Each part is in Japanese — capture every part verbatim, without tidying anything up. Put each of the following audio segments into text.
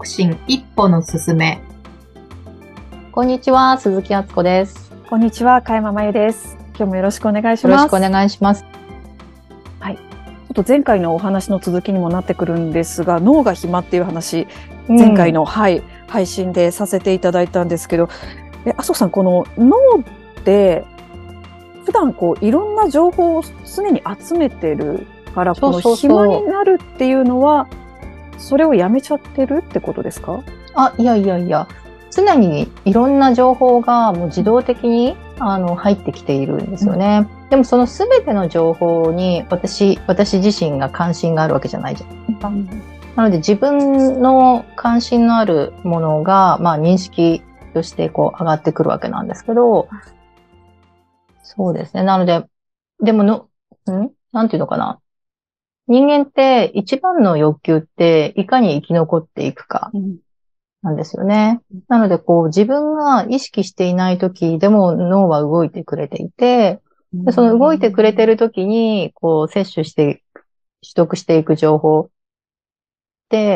促進一歩の進め。 こんにちは、鈴木敦子です。 こんにちは、加山真由です。今日もよろしくお願いします。 よろしくお願いします。 はい。ちょっと前回のお話の続きにもなってくるんですが、脳が暇っていう話、前回の、うん、はい、配信でさせていただいたんですけど、え、麻生さん、この脳って普段こういろんな情報を常に集めてるから、この暇になるっていうのは、それをやめちゃってるってことですか？ あ、いやいやいや、常にいろんな情報がもう自動的にあの入ってきているんですよね。うん、でもそのすべての情報に私、私自身が関心があるわけじゃないじゃないですか。うん、なので自分の関心のあるものが、まあ認識としてこう上がってくるわけなんですけど、そうですね。なので、でもの、んなんていうのかな。人間って一番の欲求っていかに生き残っていくかなんですよね。うん、なのでこう自分が意識していない時でも脳は動いてくれていて、でその動いてくれてる時にこう摂取して取得していく情報って、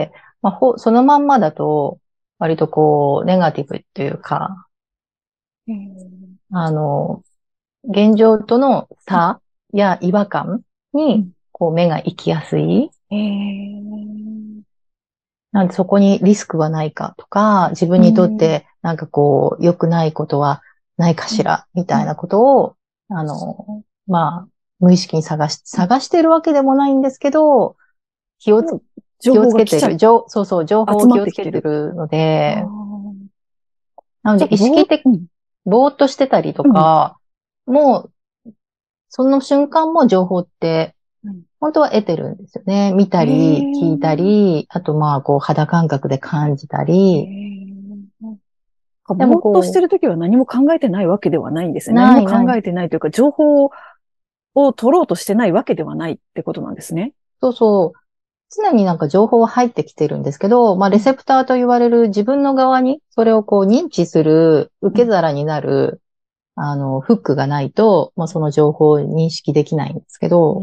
まあ、ほそのまんまだと割とこうネガティブっていうか、うん、あの、現状との差や違和感にこう目が行きやすい。えー、なんでそこにリスクはないかとか、自分にとってなんかこう良くないことはないかしらみたいなことを、あの、まあ、無意識に探し、探してるわけでもないんですけど、気をつ、気をつけてる。そうそう、情報を気をつけてるので、なので意識的にぼーっとしてたりとか、うん、もう、その瞬間も情報って本当は得てるんですよね。見たり、聞いたり、あとまあ、こう、肌感覚で感じたり。 でもぼーっとしてるときは何も考えてないわけではないんですね。何も考えてないというか、情報を取ろうとしてないわけではないってことなんですね。 そうそう。常になんか情報は入ってきてるんですけど、まあ、レセプターと言われる自分の側に、それをこう認知する受け皿になる、うん、あの、フックがないと、まあ、その情報を認識できないんですけど、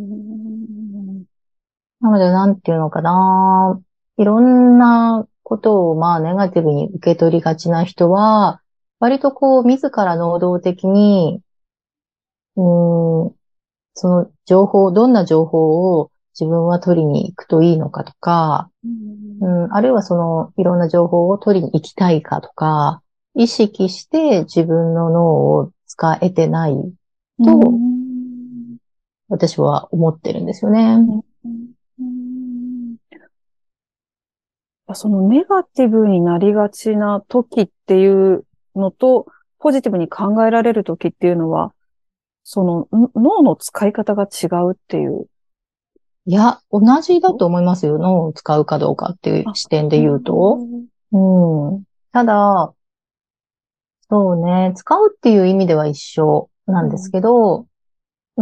なので、なんていうのかな。いろんなことを、まあ、ネガティブに受け取りがちな人は、割とこう、自ら能動的に、うーん、その情報、どんな情報を自分は取りに行くといいのかとか、うん、あるいはその、いろんな情報を取りに行きたいかとか、意識して自分の脳を使えてないと、私は思ってるんですよね。 そのネガティブになりがちな時っていうのと、ポジティブに考えられる時っていうのは、その脳の使い方が違うっていう。 いや、同じだと思いますよ。脳を使うかどうかっていう視点で言うと。うん。ただ、そうね、使うっていう意味では一緒なんですけど、うん、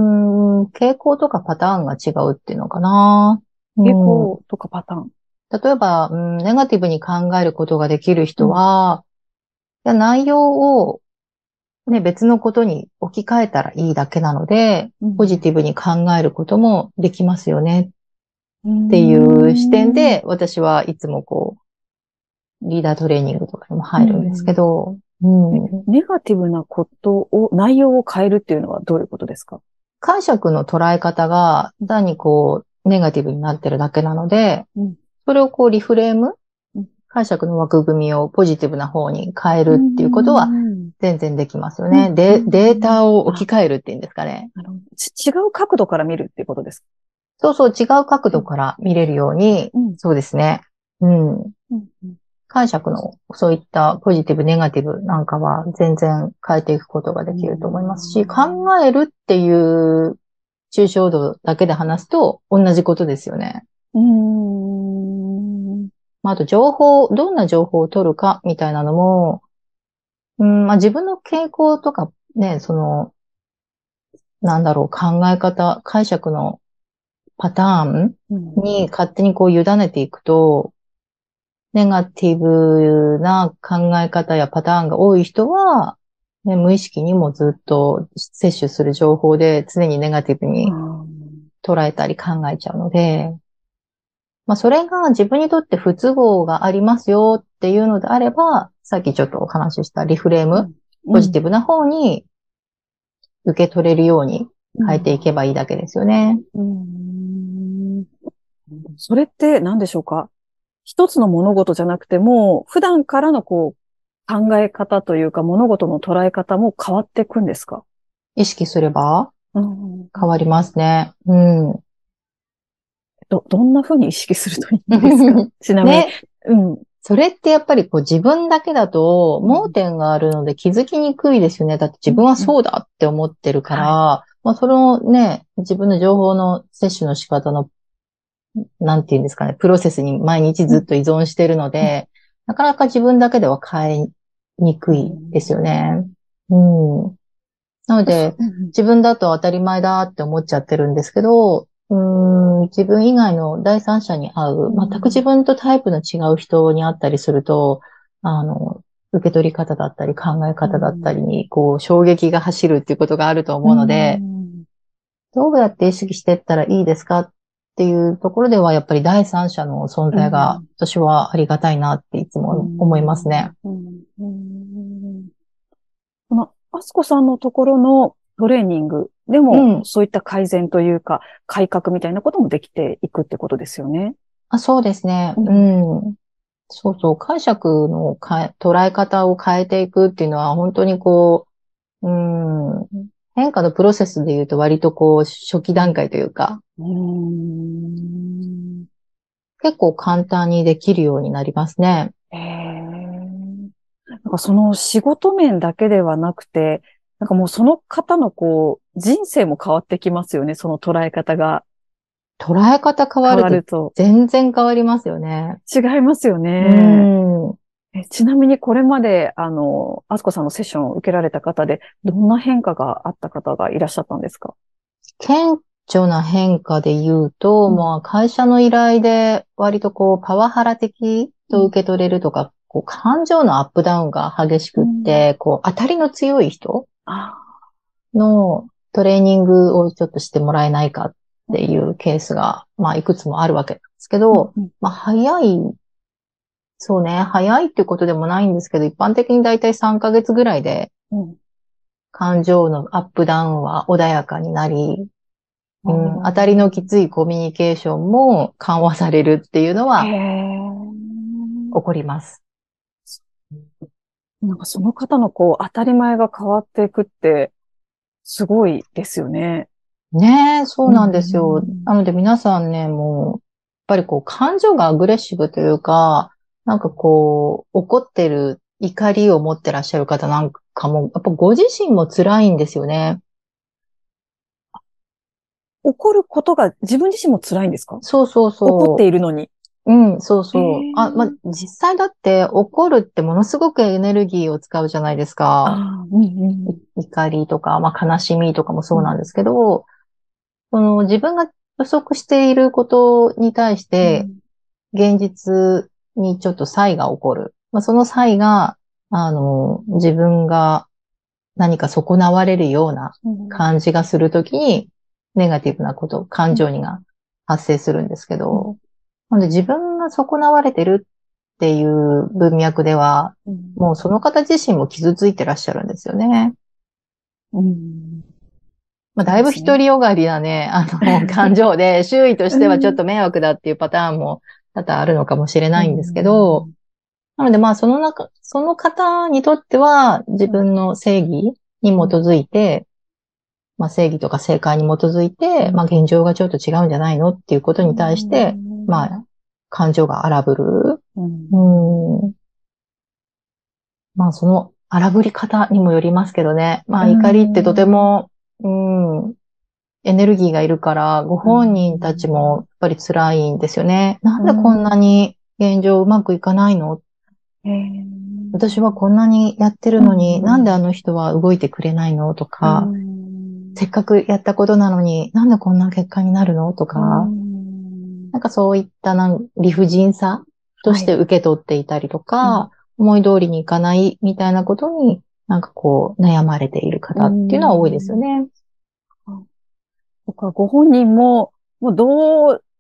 ん、傾向とかパターンが違うっていうのかな。 傾向とかパターン。 例えば、うん、ネガティブに考えることができる人は、うん、いや内容を、ね、別のことに置き換えたらいいだけなので、うん、ポジティブに考えることもできますよねっていう視点で、私はいつもこう、リーダートレーニングとかにも入るんですけど、 うんうん、ネガティブなことを、内容を変えるっていうのはどういうことですか？ 解釈の捉え方が単にこう、ネガティブになってるだけなので、うん、それをこうリフレーム、解釈の枠組みをポジティブな方に変えるっていうことは全然できますよね。で、データを置き換えるっていうんですかね。 違う角度から見るっていうことですか？ そうそう、違う角度から見れるように、うん、そうですね。うん。うんうん、解釈のそういったポジティブ、ネガティブなんかは全然変えていくことができると思いますし、考えるっていう抽象度だけで話すと同じことですよね。うーん、まあ、あと情報、どんな情報を取るかみたいなのも、うん、まあ、自分の傾向とかね、その、なんだろう、考え方、解釈のパターンに勝手にこう委ねていくと、ネガティブな考え方やパターンが多い人は、ね、無意識にもずっと摂取する情報で常にネガティブに捉えたり考えちゃうので、 まあ、それが自分にとって不都合がありますよっていうのであれば、さっきちょっとお話ししたリフレーム、ポジティブな方に受け取れるように変えていけばいいだけですよね。 うん、それって何でしょうか？一つの物事じゃなくても、普段からのこう、考え方というか、物事の捉え方も変わっていくんですか？ 意識すればうん、 変わりますね。うん。 ど、どんな風に意識するといいんですか？ちなみに。 ね。 うん。 それってやっぱりこう自分だけだと盲点があるので気づきにくいですよね。だって自分はそうだって思ってるから、 はい。 まあそのね、自分の情報の摂取の仕方の、なんていうんですかね、プロセスに毎日ずっと依存してるので、なかなか自分だけでは変えにくいですよね。うん。なので、自分だと当たり前だって思っちゃってるんですけど、うーん、自分以外の第三者に会う、全く自分とタイプの違う人に会ったりすると、あの、受け取り方だったり考え方だったりに、こう、衝撃が走るっていうことがあると思うので、どうやって意識していったらいいですかっていうところでは、やっぱり第三者の存在が、私はありがたいなっていつも思いますね。 この、あすこさんのところのトレーニングでも、 うん。 そういった改善というか、改革みたいなこともできていくってことですよね。 あ、そうですね。 ううん。そうそう。解釈の変え捉え方を変えていくっていうのは、本当にこう、うん、変化のプロセスで言うと割とこう、初期段階というか、 うーん。 結構簡単にできるようになりますね。 へえ。なんかその仕事面だけではなくて、なんかもうその方のこう、人生も変わってきますよね。その捉え方が捉え方変わ変るとわると。 全然変わりますよね。 違いますようね。 ん。 え、ちなみにこれまで、あの、あすこさんのセッションを受けられた方で、どんな変化があった方がいらっしゃったんですか？ 顕著な変化で言うと、 うん。 まあ会社の依頼で割とこうパワハラ的うん。 と受け取れるとか、こう感情のアップダウンが激しうん。 くって、こう当たりの強い人あのトレーニングをちょっとしてもらえないかっあ。うん。 ていうケースが、まあいくつもあるわけなんですけうん。 ど、 うん。 まあ早い、そうね、早いっていうことでもないんですけど、一般的にだいたいさんかげつぐらいでうん。 感情のアップダウンは穏やかになり、 あうん、当たりのきー。 ついコミュニケーションも緩和されるっていうのへはえ。 起こります。 なんかその方のこう、当たり前が変わっていくって、すごいですよね。 ねえ、そううなんですよ。 ん。 なので皆さんね、もう、やっぱりこう、感情がアグレッシブというか、なんかこう、怒ってる怒りを持ってらっしゃる方なんかも、やっぱご自身も辛いんですよね。 怒ることが自分自身も辛いんですか？ そうそう怒ってそいるのに。 う。うん、そうえそう。あ、まあ、 え。 実際だって怒るってものすごくエネルギーを使うじゃないですか。 ああ、うんうん。 い怒りとか、まあ、悲しみとかもうん。 そうなんですけど、その自分が予測していることに対して、 うん。 現実にちょっと差異が起こる。まあ、その差異が、あの、自分が何か損なわれるようなうん。 感じがするときに、ネガティブなこと、感情にが発生するんですけうん。 ど、なので自分が損なわれてるっていう文脈では、 うん。 もうその方自身も傷ついてらっしゃるんですよね。 うん。 まあ、だいぶそうですね。 独りよがりなね、あの、感情で、周囲としてはちょっうん。 と迷惑だっていうパターンも多々あるのかもしれうないんですけど、 ん。 なのでまあ、その中、その方にとっては、自うん。 分の正義に基うん。 づいて、まあ、正義とか正解に基づいて、まあ、 うん。 現状がちょっと違うんじゃないのっていうことうに対して、まん。 あ、感情が荒ぶる。 ううん。 ん。まあ、その荒ぶり方にもよりますけどね。まうあ、怒りってとてん。 も、うん、エネルギーがいるから、ごう本人たちもやん。 っぱり辛いんですよね。なうんでこんなん。 に現状うまくいかないの？ へえ。 私はこんなにやってるうのに、なんであん。 の人は動いてくれないのとうか、せん。 っかくやったことなのに、なんでこんな結果になるのとうか、 ん。 なんかそういったなん理不尽さとはい。 して受け取っていたりとうん。 か、思い通りにいかないみたいなことに、なんかこう悩まれているう方っていうのは多いですよん。 ね。 とか、ご本人も、もうどう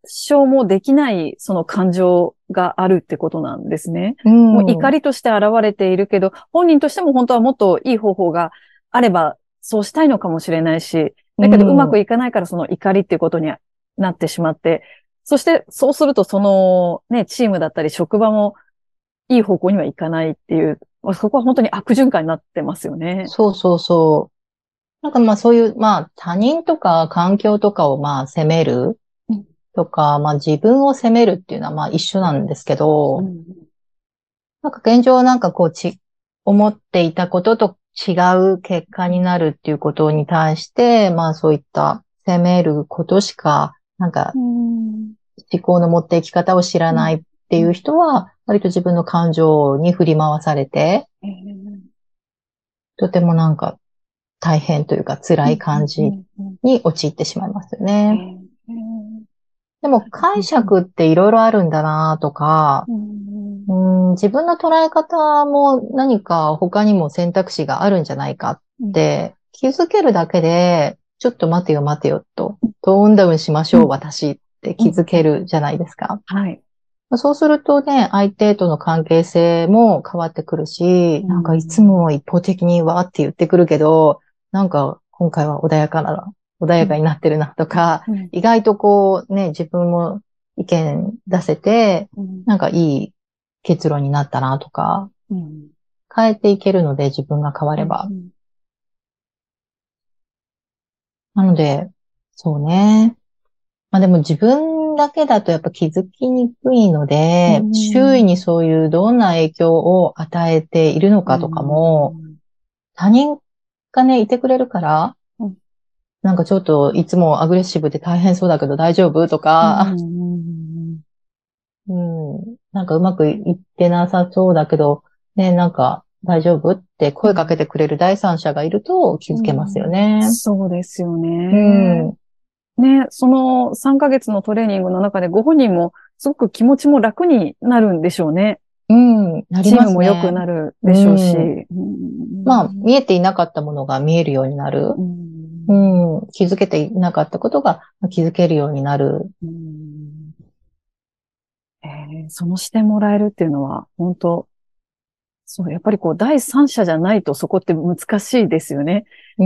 消もできないその感情があるってことなんですね。 うん。 もう怒りとして現れているけど、本人としても本当はもっといい方法があればそうしたいのかもしれないし、だけどうまくいかないからその怒りっていうことになってしまって、そしてそうするとそのね、チームだったり職場もいい方向にはいかないっていう、そこは本当に悪循環になってますよね。 そうそうそう。なんかまあそういう、まあ他人とか環境とかをまあ責めるとか、まあ自分を責めるっていうのはまあ一緒なんですけど、 うんなんか現状なんかこうち、思っていたことと違う結果になるっていうことに対して、まあそういった責めることしか、なんかうん思考の持っていき方を知らないっていう人は、割と自分の感情に振り回されて、とてもなんか大変というか辛い感じに陥ってしまいますよね。でも解釈っていろいろあるんだなとか、うん、自分の捉え方も何か他にも選択肢があるんじゃないかって気づけるだけで、ちょっと待てよ待てよと、トーンダウンしましょう、私って気づけるじゃないですか。 はい。 そうするとね、相手との関係性も変わってくるし、なんかいつも一方的にわーって言ってくるけど、なんか今回は穏やかな、穏やかになってるなとか、 うん、 意外とこうね、自分も意見出せて、なんかいい結論になったなとか、 うん、 変えていけるので自分が変われば。 うん、 なので、そうね。まあでも自分だけだとやっぱ気づきにくいので、 うん、 周囲にそういうどんな影響を与えているのかとかも、他人がね、いてくれるから、 うん、 なんかちょっといつもアグレッシブで大変そうだけど大丈夫とか、うん、なんかうまくいってなさそうだけど、ね、なんか大丈夫って声かけてくれる第三者がいると気づけますようんね。 そうですようね。 ん。 ね、そのさんかげつのトレーニングの中でご本人もすごく気持ちも楽になるんでしょうね。 うん、なりチーますね。 ムも良くなるうでしょうし。 ん。まあ、見えていなかったものが見えるようになる。 ううんん。気づけていなかったことが気づけるようになる。 うんえーその視点もらえるっていうのは、本当そう、やっぱりこう、第三者じゃないとそこって難しいですよね。 うん。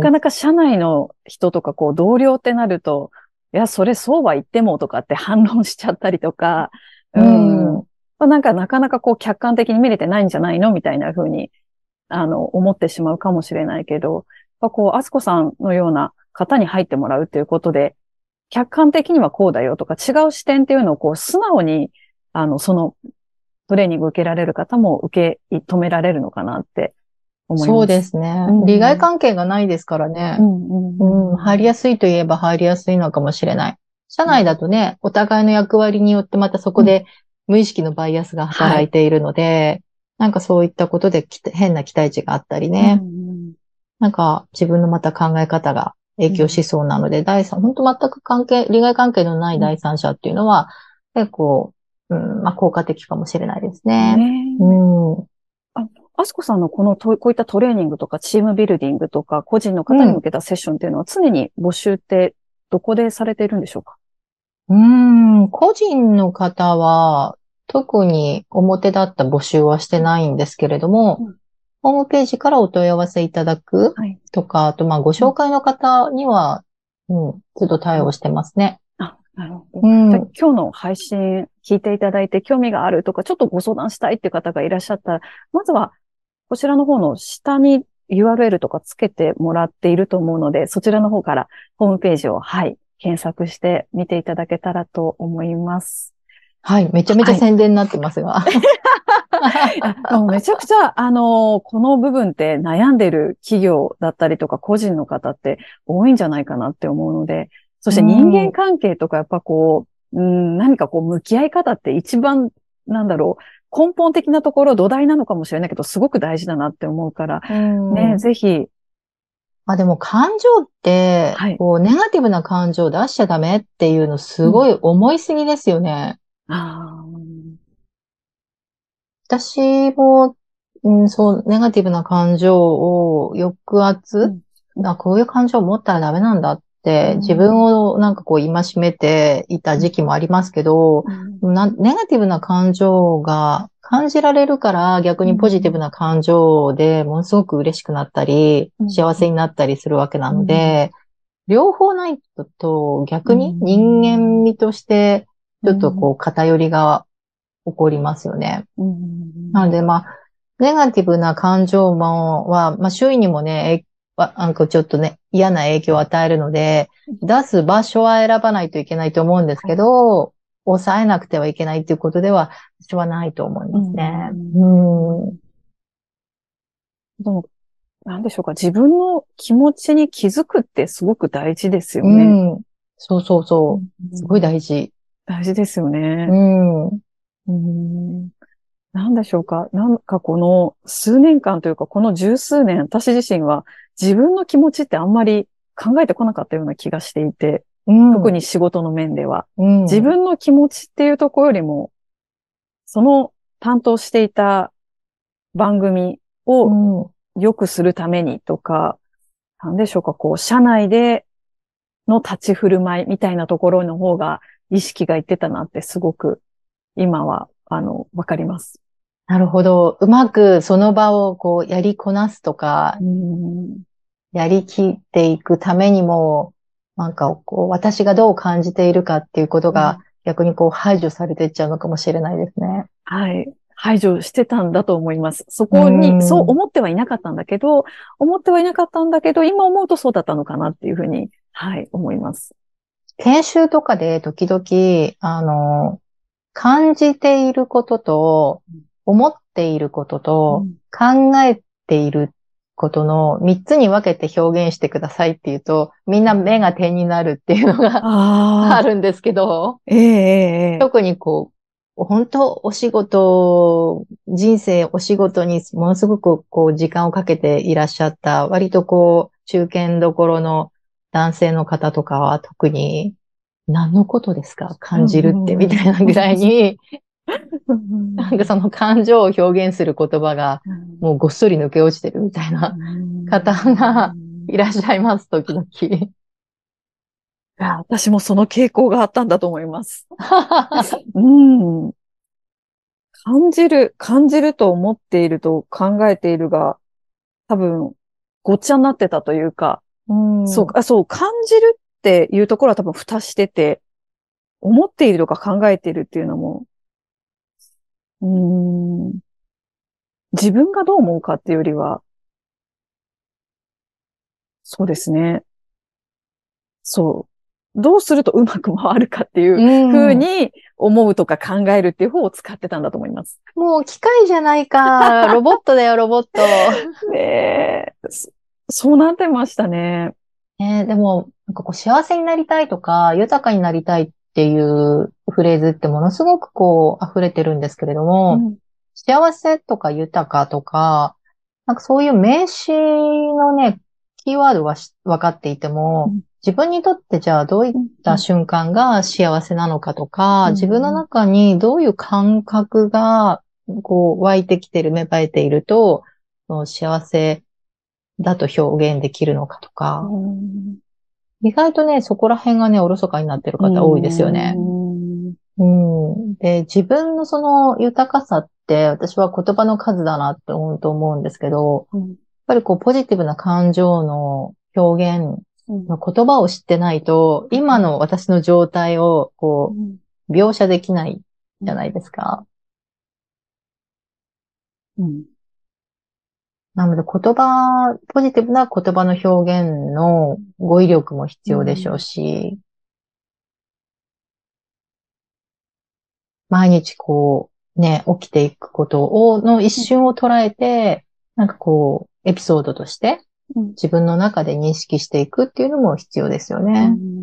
なかなか社内の人とか、こう、同僚ってなると、いや、それそうは言ってもとかって反論しちゃったりとか、 ううん。 ん。 まあ、なんかなかなかこう、客観的に見れてないんじゃないのみたいな風に、あの、思ってしまうかもしれないけど、やっぱこう、あすこさんのような方に入ってもらうっていうことで、客観的にはこうだよとか、違う視点っていうのをこう、素直に、あの、そのトレーニング受けられる方も受け止められるのかなって思いそうでます。 すね。 うん利害関係がないですからね。 うんうんうん。入りうんやすいといえば入りやすいのかもしれない。社内うんだとね、お互いの役割によってまたそこうんで無意識のバイアスがはい。 働いているので、なんかそういったことでき変な期待値があったりうんね。 うんなんか自分のまた考え方が影響しそうなので、第三、本当全く関係、利害関係のないうん第三者っていうのは、結構、うん、まあ効果的かもしれないですうんね。うねえ。 ん。 あ、あすこさんのこのと、こういったトレーニングとかチームビルディングとか個人のうん。 方に向けたセッションっていうのは常に募集ってどこでされているんでしょうか？ うーん。個人の方は、特に表立った募集はしてないんですけれども、 うんホームページからお問い合わせいただくはい。 とか、あと、まあ、ごうん紹介の方には、うん、ちょっと対応してますね。 あ、なるほど。じゃあうん。 今日の配信聞いていただいて興味があるとか、ちょっとご相談したいっていう方がいらっしゃったら、まずはこちらの方の下に ユーアールエル とかつけてもらっていると思うので、そちらの方からホームページを、はい、検索して見ていただけたらと思います。 はい。めちゃめちゃはい。 宣伝になってますが。 あでもめちゃくちゃ、あのこの部分って悩んでる企業だったりとか個人の方って多いんじゃないかなって思うので、そして人間関係とかやっぱこう、うん、何かこう向き合い方って一番、なんだろう、根本的なところ土台なのかもしれないけど、すごく大事だなって思うから、 うね、 ん。 ぜひ、 あ、でも感情って、 はい。 こう、ネガティブな感情を出しちゃダメっていうのすうん。 ごい思いすぎですよね。 あ私も、うん、そう、ネガティブな感情を抑あ、う圧、 ん。うん。 あ、こういう感情を持ったらダメなんだっって自分をなんかこう戒めていた時期もありますけど、なネガティブな感情が感じられるから逆にポジティブな感情でものすごく嬉しくなったり、幸せになったりするわけなので、両方ないと逆に人間味としてちょっとこう偏りが起こりますよね。なのでまあ、ネガティブな感情もは、まあ周囲にもね、なんかちょっとね、嫌な影響を与えるので、出す場所は選ばないといけないと思うんですけど、抑えなくてはいけないっていうことでは、私はないと思いますね。うん。うんでも、なんでしょうか。自分の気持ちに気づくってすごく大事ですよね。 うん。そうそうそう。すごい大事。 大事ですよね。 うん。 うん。なんでしょうか。なんかこの数年間というか、この十数年、私自身は自分の気持ちってあんまり考えてこなかったような気がしていて、うん、特に仕事の面では、うん。自分の気持ちっていうところよりも、その担当していた番組を良くするためにとか、うん、なんでしょうか、こう、社内での立ち振る舞いみたいなところの方が意識がいってたなってすごく今は、あの、わかります。 なるほど。うまくその場をこうやりこなすとか、うん、やりきっていくためにも、なんかこう私がどう感じているかっていうことが逆にこう排除されていっちゃうのかもしれないですね。 はい。排除してたんだと思います。そこに、そう思ってはいなかったんだけど、思ってはいなかったんだけど、今思うとそうだったのかなっていうふうに、はい、思います。 研修とかで時々、あの、感じていることと、思っていることと、考えていることの三つに分けて表現してくださいっていうと、みんな目が点になるっていうのがあるんですけど、 ええ、 特にこう、本当お仕事、人生お仕事にものすごくこう時間をかけていらっしゃった、割とこう中堅どころの男性の方とかは特に何のことですか感じるってみたいなぐらいに、なんかその感情を表現する言葉がもうごっそり抜け落ちてるみたいな方がいらっしゃいます、時々。 私もその傾向があったんだと思います。うん、感じる、感じると思っていると考えているが、多分、ごっちゃになってたというか、うん、そう、あ、そう、感じるっていうところは多分蓋してて、思っているとか考えているっていうのも、うーん、自分がどう思うかっていうよりは、そうですね。そう。どうするとうまく回るかっていうふうに思うとか考えるっていう方を使ってたんだと思います。 もう機械じゃないか。ロボットだよ、ロボット。 ねえ。そうなってましたね。 ねえ、でも、なんかこう幸せになりたいとか、豊かになりたいっていうフレーズってものすごくこう溢れてるんですけれども、うん、幸せとか豊かとか、なんかそういう名詞のね、キーワードは分かっていても、うん、自分にとってじゃあどういった瞬間が幸せなのかとか、うん、自分の中にどういう感覚がこう湧いてきてる、芽生えていると、幸せだと表現できるのかとか、うん、意外とね、そこら辺がね、おろそかになってる方多いですよね。うん、で、自分のその豊かさって私は言葉の数だなって思うと思うんですけど、うん、やっぱりこうポジティブな感情の表現の言葉を知ってないと、うん、今の私の状態をこう描写できないじゃないですか。うん、なので言葉、ポジティブな言葉の表現の語彙力も必要でしょうし、うん、毎日こうね、起きていくことを、の一瞬を捉えて、なんかこう、エピソードとして自分の中で認識していくっていうのも必要ですよね。うん、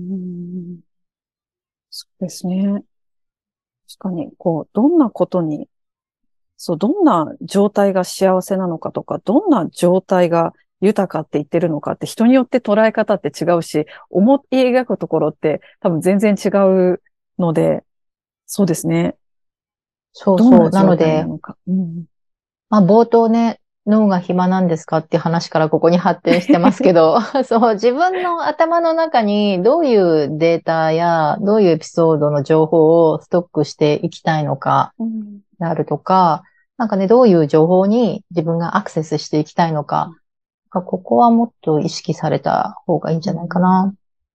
そうですね。確かに、こう、どんなことに、そう、どんな状態が幸せなのかとか、どんな状態が豊かって言ってるのかって人によって捉え方って違うし、思い描くところって多分全然違うので、そうですね。 そうそう。なので、うん、まあ冒頭ね、 脳が暇なんですかっていう話からここに発展してますけど、そう、自分の頭の中にどういうデータやどういうエピソードの情報をストックしていきたいのかうんであるとか、なんかね、どういう情報に自分がアクセスしていきたいのか、ここはもっと意識された方がいいんじゃないかな。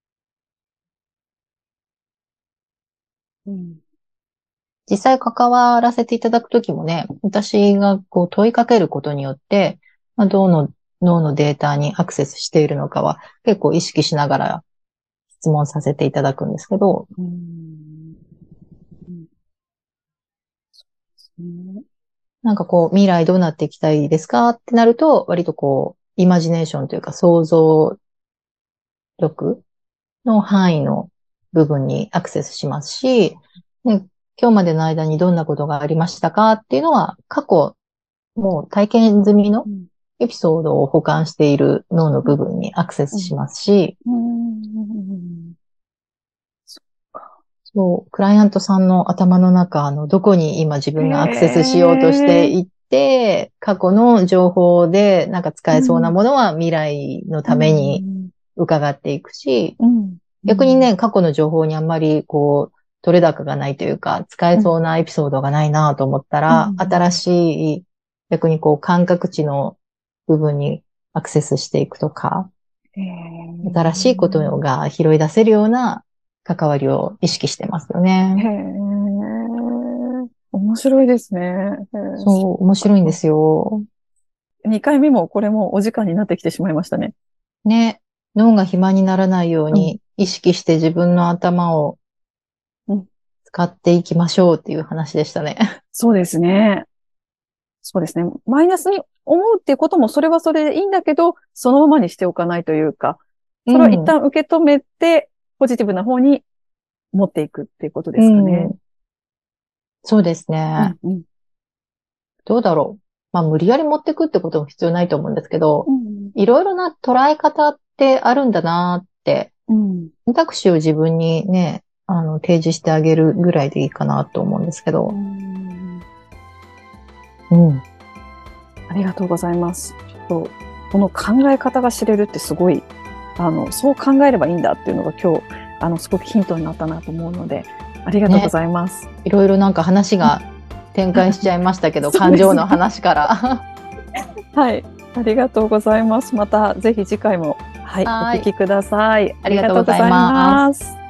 うん実際関わらせていただくときもね、私がこう問いかけることによって、まあ、どの脳のデータにアクセスしているのかは結構意識しながら質問させていただくんですけど、 うんうんそうですねなんかこう未来どうなっていきたいですかってなると、割とこうイマジネーションというか想像力の範囲の部分にアクセスしますし、ね、今日までの間にどんなことがありましたかっていうのは、過去、もう体験済みのうんエピソードを保管している脳の部分にアクセスしますし、 うんそう、クライアントさんの頭の中のどこに今自分がアクセスしようとしていって、過去の情報でなんか使えそうなものは未来のために伺っていくし、 うん逆にね、過去の情報にあんまりこう、取れ高がないというか、使えそうなエピソードがないなと思ったら、 うん新しい、逆にこう、感覚値の部分にアクセスしていくとか、 へー新しいことが拾い出せるような関わりを意識してますよへね。 ー面白いですね。へーそう、面白いんですよ。 にかいめもこれもお時間になってきてしまいましたね。 ね。脳が暇にならないよううんに意識して自分の頭をうん使っていきましょうっていう話でしたね。 そうですね。そうですね。マイナスに思うっていうこともそれはそれでいいんだけど、そのままにしておかないというか、それを一旦受け止めて、ポジティブな方に持っていくっていうことですかね。 うん、そうですね。 うんうんどうだろう。まあ、無理やり持ってくってことも必要ないと思うんですけど、 うんいろいろな捉え方ってあるんだなって、 うん選択肢を自分にね、あの、提示してあげるぐらいでいいかなと思うんですけど。 うんうん。 ありがとうございます。ちょっとこの考え方が知れるってすごい、あの、そう考えればいいんだっていうのが今日、あの、すごくヒントになったなと思うので、ありがとうございます。 いろいろなんか話が展開しちゃいましたけど、 そうですね感情の話から。 はい。ありがとうございます。またぜひ次回も、はい、 はいお聞きください。 ありがとうございますありがとうございます。